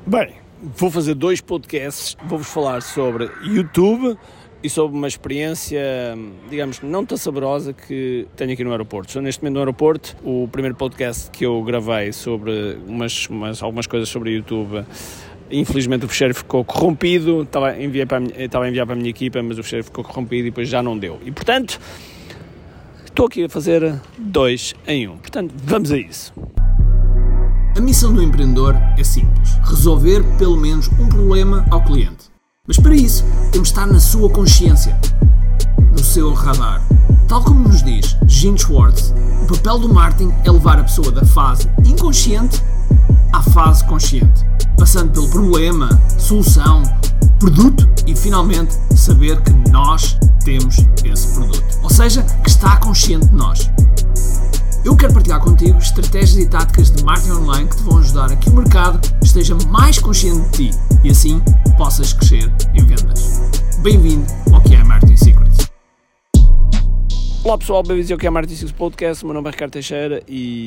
Bem, vou fazer 2 podcasts, vou-vos falar sobre YouTube e sobre uma experiência, digamos, não tão saborosa que tenho aqui no aeroporto. Estou neste momento no aeroporto. O primeiro podcast que eu gravei sobre algumas coisas sobre YouTube, infelizmente o fecheiro ficou corrompido, estava a enviar para a minha equipa, mas o fecheiro ficou corrompido e depois já não deu. E portanto, estou aqui a fazer 2 em 1. Portanto, vamos a isso. A missão do empreendedor é simples: resolver pelo menos um problema ao cliente. Mas para isso, temos de estar na sua consciência, no seu radar. Tal como nos diz Gene Schwartz, o papel do marketing é levar a pessoa da fase inconsciente à fase consciente, passando pelo problema, solução, produto e finalmente saber que nós temos esse produto. Ou seja, que está consciente de nós. Eu quero partilhar contigo estratégias e táticas de marketing online que te vão ajudar a que o mercado esteja mais consciente de ti e assim possas crescer em vendas. Bem-vindo ao que é Marketing Secrets. Olá pessoal, bem-vindos ao que é Marketing Secrets Podcast. O meu nome é Ricardo Teixeira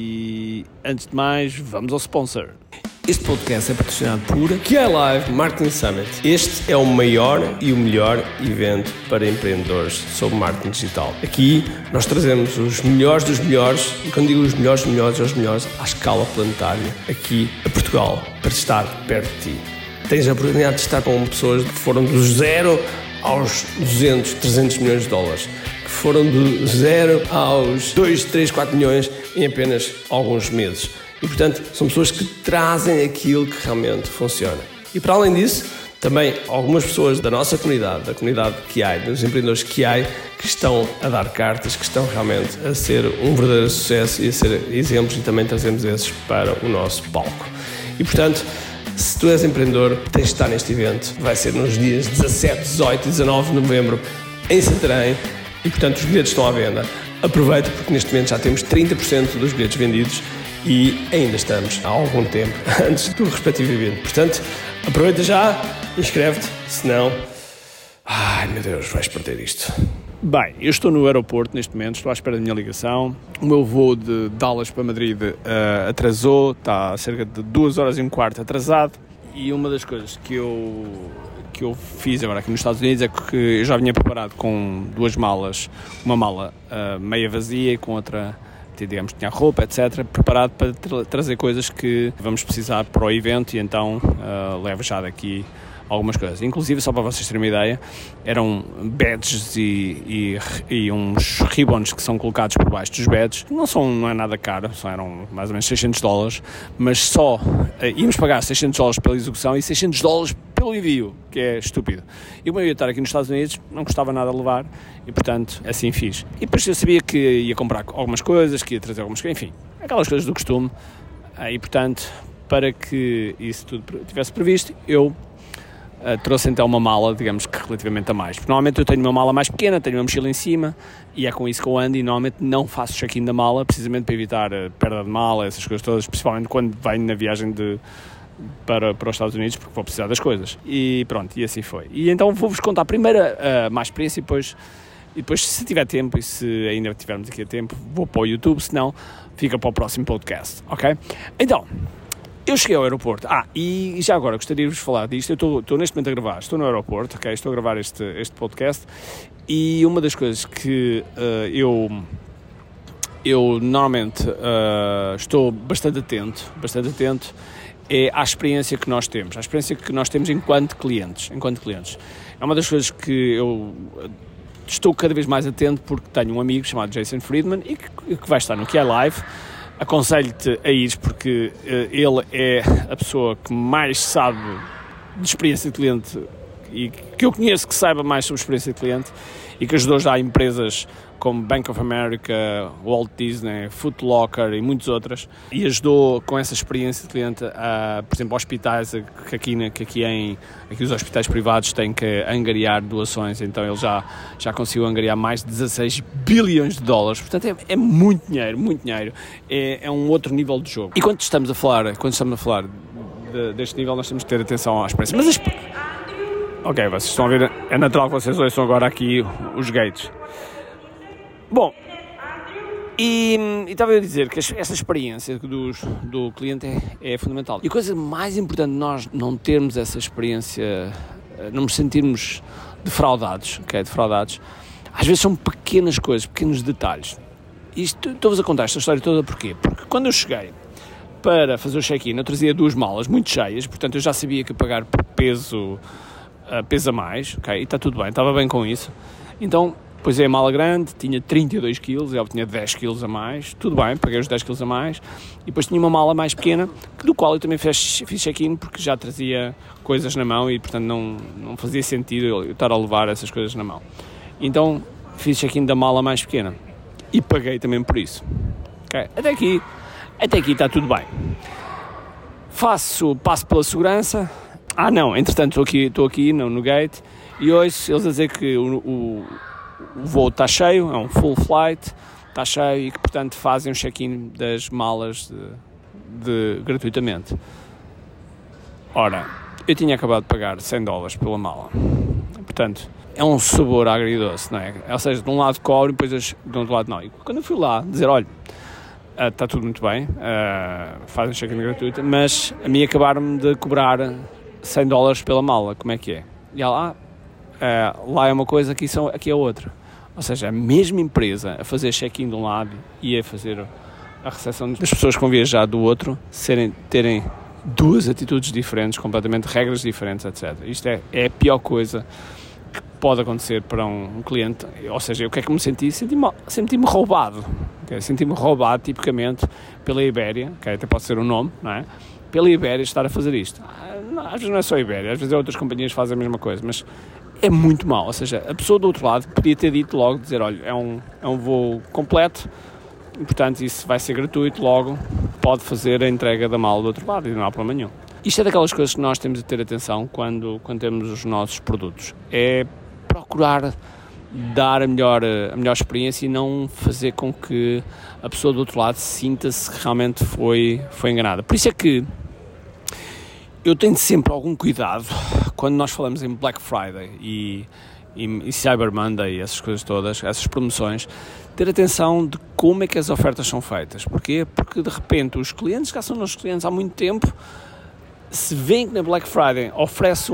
e antes de mais, vamos ao sponsor. Este podcast é patrocinado por QI Live Marketing Summit. Este é o maior e o melhor evento para empreendedores sobre marketing digital. Aqui nós trazemos os melhores dos melhores, e quando digo os melhores é os melhores à escala planetária, aqui a Portugal, para estar perto de ti. Tens a oportunidade de estar com pessoas que foram do 0 aos 200, 300 milhões de dólares, que foram do 0 aos 2, 3, 4 milhões em apenas alguns meses. E, portanto, são pessoas que trazem aquilo que realmente funciona. E, para além disso, também algumas pessoas da nossa comunidade, da comunidade QI, dos empreendedores QI, que estão a dar cartas, que estão realmente a ser um verdadeiro sucesso e a ser exemplos, e também trazemos esses para o nosso palco. E, portanto, se tu és empreendedor, tens de estar neste evento. Vai ser nos dias 17, 18 e 19 de novembro em Santarém e, portanto, os bilhetes estão à venda. Aproveita, porque neste momento já temos 30% dos bilhetes vendidos e ainda estamos há algum tempo antes do respectivo evento. Portanto, aproveita já, inscreve-te, senão, ai meu Deus, vais perder isto. Bem, eu estou no aeroporto neste momento, estou à espera da minha ligação. O meu voo de Dallas para Madrid atrasou, está a cerca de 2 horas e um quarto atrasado. E uma das coisas que eu fiz agora aqui nos Estados Unidos é que eu já vinha preparado com 2 malas, uma mala meia vazia e com outra, digamos, tinha roupa, etc., preparado para trazer coisas que vamos precisar para o evento e então levo já daqui algumas coisas. Inclusive, só para vocês terem uma ideia, eram badges e uns ribbons que são colocados por baixo dos badges. Não é nada caro, eram mais ou menos $600, mas só íamos pagar $600 pela execução e $600 pelo envio, que é estúpido. E como eu ia estar aqui nos Estados Unidos, não custava nada levar e, portanto, assim fiz. E depois eu sabia que ia comprar algumas coisas, que ia trazer algumas coisas, enfim, aquelas coisas do costume. E, portanto, para que isso tudo tivesse previsto, eu trouxe então uma mala, digamos que relativamente a mais. Porque normalmente eu tenho uma mala mais pequena, tenho uma mochila em cima e é com isso que eu ando e normalmente não faço check-in da mala, precisamente para evitar a perda de mala, essas coisas todas, principalmente quando venho na viagem para os Estados Unidos, porque vou precisar das coisas. E pronto, e assim foi. E então vou-vos contar primeiro a má experiência e depois, se tiver tempo e se ainda tivermos aqui a tempo, vou para o YouTube, se não, fica para o próximo podcast, ok? Então, eu cheguei ao aeroporto. E já agora gostaria de vos falar disto. Eu estou neste momento a gravar, estou no aeroporto, ok? Estou a gravar este podcast e uma das coisas que eu normalmente estou bastante atento é à experiência que nós temos, enquanto clientes. É uma das coisas que eu estou cada vez mais atento porque tenho um amigo chamado Jason Friedman e que vai estar no QI Live. Aconselho-te a ir porque ele é a pessoa que mais sabe de experiência de cliente e que eu conheço que saiba mais sobre experiência de cliente e que ajudou já empresas como Bank of America, Walt Disney, Foot Locker e muitas outras, e ajudou com essa experiência de cliente a, por exemplo, hospitais, que aqui os hospitais privados têm que angariar doações, então ele já conseguiu angariar mais de $16 bilhões, portanto é muito dinheiro, é um outro nível de jogo. E quando estamos a falar deste nível, nós temos que ter atenção à experiência. Mas ok, vocês estão a ver, é natural que vocês ouçam agora aqui os gates. Bom, E estava a dizer que essa experiência do cliente é fundamental. E a coisa mais importante de nós não termos essa experiência, não nos sentirmos defraudados, às vezes são pequenas coisas, pequenos detalhes. Estou-vos a contar esta história toda porquê? Porque quando eu cheguei para fazer o check-in, eu trazia 2 malas muito cheias, portanto eu já sabia que pagar por peso a mais, ok? E está tudo bem, estava bem com isso. Então, pois é, a mala grande, tinha 32 kg, eu tinha 10 kg a mais, tudo bem, paguei os 10 kg a mais, e depois tinha uma mala mais pequena, do qual eu também fiz check-in, porque já trazia coisas na mão e, portanto, não fazia sentido eu estar a levar essas coisas na mão. Então, fiz check-in da mala mais pequena, e paguei também por isso. Okay? Até aqui está tudo bem. Passo pela segurança. Não, entretanto estou aqui no gate, e hoje eles a dizer que o voo está cheio, é um full flight, está cheio, e que portanto fazem um check-in das malas gratuitamente. Ora, eu tinha acabado de pagar $100 pela mala, portanto é um sabor agridoce, não é? Ou seja, de um lado cobro e depois do outro lado não. E quando eu fui lá dizer, olha, está tudo muito bem, fazem um check-in gratuito, mas a mim acabaram-me de cobrar $100 pela mala, como é que é? E ela, lá é uma coisa, aqui é outra. Ou seja, a mesma empresa a fazer check-in de um lado e a fazer a recepção das pessoas que vão viajar do outro, terem 2 atitudes diferentes, completamente regras diferentes, etc. Isto é a pior coisa que pode acontecer para um cliente. Ou seja, o que é que me senti? Senti-me roubado. Okay? Senti-me roubado, tipicamente, pela Ibéria, que até pode ser um nome, não é? Pela Ibéria estar a fazer isto. Às vezes não é só a Ibéria, às vezes outras companhias fazem a mesma coisa, mas é muito mau. Ou seja, a pessoa do outro lado podia ter dito logo, dizer, olha, é um voo completo, e portanto isso vai ser gratuito, logo pode fazer a entrega da mala do outro lado e não há problema nenhum. Isto é daquelas coisas que nós temos de ter atenção quando temos os nossos produtos. É procurar dar a melhor experiência e não fazer com que a pessoa do outro lado sinta-se que realmente foi enganada. Por isso é que eu tenho sempre algum cuidado quando nós falamos em Black Friday e Cyber Monday, essas coisas todas, essas promoções, ter atenção de como é que as ofertas são feitas. Porquê? Porque de repente os clientes, que são nossos clientes há muito tempo, se veem que na Black Friday oferece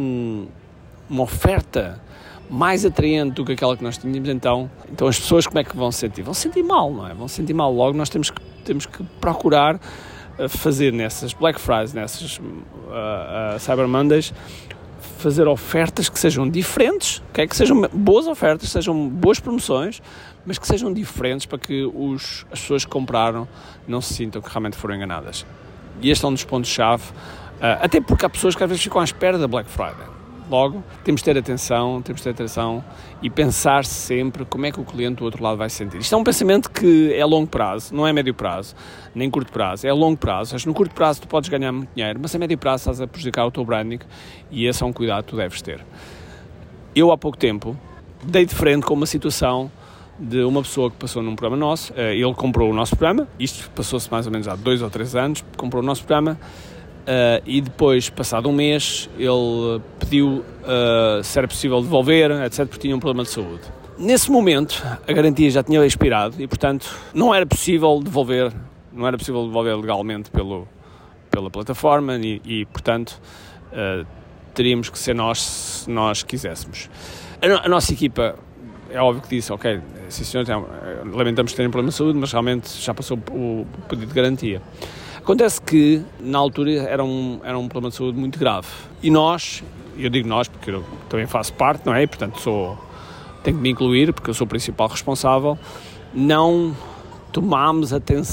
uma oferta mais atraente do que aquela que nós tínhamos, então as pessoas como é que vão se sentir? Vão se sentir mal, não é? Vão se sentir mal. Logo nós temos que procurar fazer nessas Black Fridays, nessas Cyber Mondays, fazer ofertas que sejam diferentes, okay? Que sejam boas ofertas, sejam boas promoções, mas que sejam diferentes para que as pessoas que compraram não se sintam que realmente foram enganadas. E este é um dos pontos-chave, até porque há pessoas que às vezes ficam à espera da Black Friday. Logo, temos de ter atenção e pensar sempre como é que o cliente do outro lado vai se sentir. Isto é um pensamento que é a longo prazo, não é a médio prazo, nem curto prazo, é a longo prazo. No curto prazo tu podes ganhar muito dinheiro, mas a médio prazo estás a prejudicar o teu branding e esse é um cuidado que tu deves ter. Eu há pouco tempo dei de frente com uma situação de uma pessoa que passou num programa nosso, ele comprou o nosso programa, isto passou-se mais ou menos há 2 ou 3 anos, comprou o nosso programa, e depois, passado um mês, ele pediu se era possível devolver, etc, porque tinha um problema de saúde. Nesse momento, a garantia já tinha expirado e, portanto, não era possível devolver legalmente pela plataforma e portanto, teríamos que ser nós se nós quiséssemos. A nossa equipa, é óbvio que disse, ok, sim senhor, lamentamos ter um problema de saúde, mas realmente já passou o pedido de garantia. Acontece que, na altura, era um problema de saúde muito grave. E eu digo nós, porque eu também faço parte, não é? E, portanto, tenho que me incluir, porque eu sou o principal responsável, não tomámos a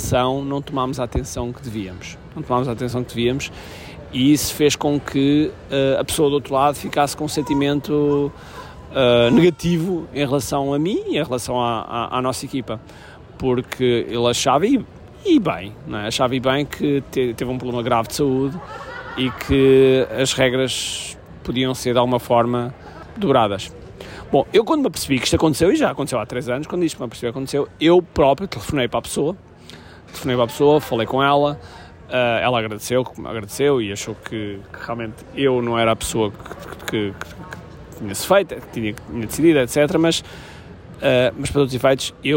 atenção que devíamos. E isso fez com que a pessoa do outro lado ficasse com um sentimento negativo em relação a mim e em relação à nossa equipa. Porque ele achava, achava bem que teve um problema grave de saúde e que as regras podiam ser de alguma forma dobradas. Bom, eu quando me apercebi que isto aconteceu, e já aconteceu há 3 anos, quando isto me apercebi que aconteceu, eu próprio telefonei para a pessoa, falei com ela, ela agradeceu e achou que realmente eu não era a pessoa que tinha-se feito, que tinha decidido, etc. Mas para todos os efeitos, eu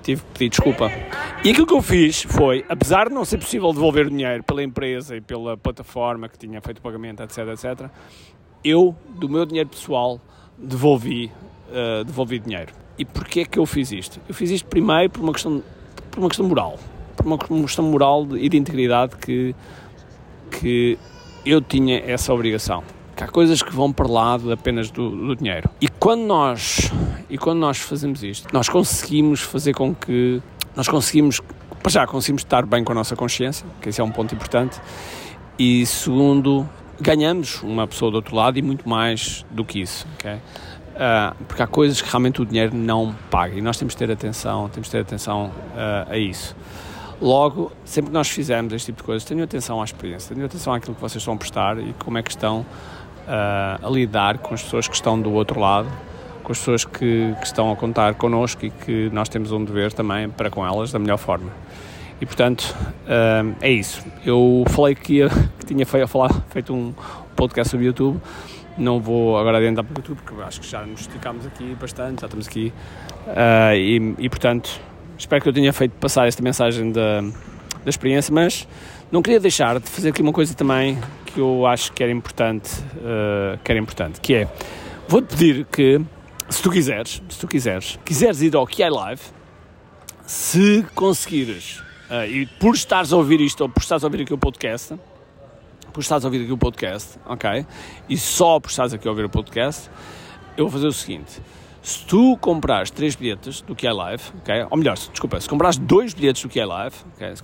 tive que pedir desculpa. E aquilo que eu fiz foi, apesar de não ser possível devolver o dinheiro pela empresa e pela plataforma que tinha feito o pagamento, etc., eu, do meu dinheiro pessoal, devolvi dinheiro. E porquê é que eu fiz isto? Eu fiz isto primeiro por uma questão moral. Por uma questão moral e de integridade que eu tinha essa obrigação. Que há coisas que vão para lá apenas do dinheiro. E quando nós fazemos isto, nós conseguimos fazer com que... Nós conseguimos estar bem com a nossa consciência, que esse é um ponto importante. E segundo, ganhamos uma pessoa do outro lado e muito mais do que isso. Okay? Porque há coisas que realmente o dinheiro não paga. E nós temos de ter atenção a isso. Logo, sempre que nós fizermos este tipo de coisas, tenham atenção à experiência, tenham atenção àquilo que vocês estão a prestar e como é que estão a lidar com as pessoas que estão do outro lado, com as pessoas que estão a contar connosco e que nós temos um dever também para com elas da melhor forma. E, portanto, é isso. Eu falei que tinha feito um podcast sobre YouTube, não vou agora adiantar para o YouTube, porque acho que já nos esticámos aqui bastante, já estamos aqui, e portanto... Espero que eu tenha feito passar esta mensagem da experiência, mas não queria deixar de fazer aqui uma coisa também que eu acho que era importante, que é, vou-te pedir que, se tu quiseres ir ao QI Live, se conseguires, e por estares a ouvir isto, ou por estares a ouvir aqui o podcast, ok? E só por estares aqui a ouvir o podcast, eu vou fazer o seguinte... Se tu comprares 3 bilhetes do QI Live, okay? Ou melhor, se comprares 2 bilhetes do QI Live, okay?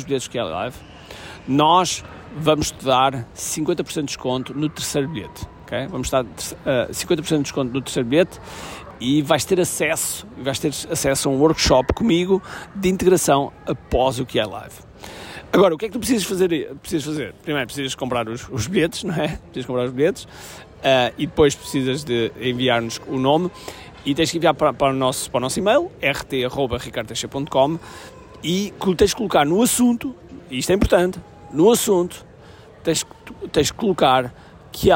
Nós vamos-te dar 50% de desconto no terceiro bilhete. Okay? Vamos dar 50% de desconto no terceiro bilhete e vais ter acesso a um workshop comigo de integração após o QI Live. Agora, o que é que tu precisas fazer? Primeiro precisas comprar os bilhetes, não é? E depois precisas de enviar-nos o nome. E tens que enviar para o nosso e-mail, rt@ricardoteixeira.com, e tens que colocar no assunto, e isto é importante, no assunto tens que colocar QI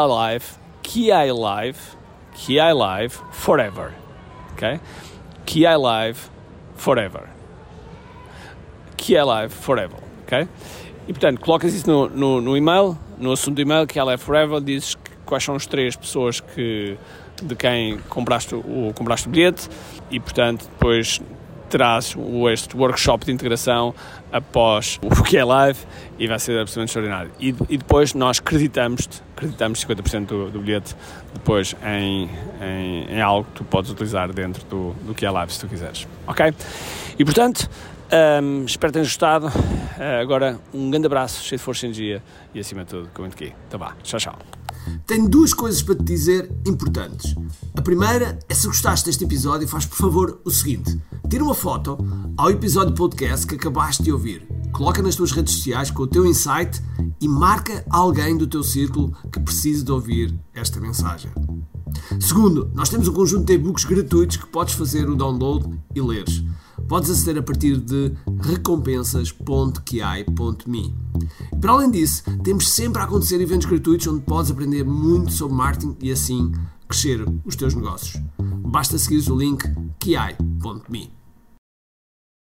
Live Forever, ok? QI Live Forever, ok? E portanto, colocas isso no e-mail, no assunto do e-mail, QI Live Forever, dizes quais são as 3 pessoas de quem compraste o bilhete e, portanto, depois terás este workshop de integração após o QI Live e vai ser absolutamente extraordinário. E depois nós acreditamos 50% do bilhete depois em algo que tu podes utilizar dentro do QI Live, se tu quiseres. Ok? E, portanto, espero que tenhas gostado. Agora, um grande abraço, cheio de força e energia e, acima de tudo, comente aqui. Então vá, tchau. Tenho 2 coisas para te dizer importantes. A primeira é, se gostaste deste episódio, faz por favor o seguinte: tira uma foto ao episódio de podcast que acabaste de ouvir, coloca nas tuas redes sociais com o teu insight e marca alguém do teu círculo que precise de ouvir esta mensagem. Segundo, nós temos um conjunto de e-books gratuitos que podes fazer o download e leres. Podes aceder a partir de recompensas.ki.me. Para além disso, temos sempre a acontecer eventos gratuitos onde podes aprender muito sobre marketing e assim crescer os teus negócios. Basta seguir o link ki.me.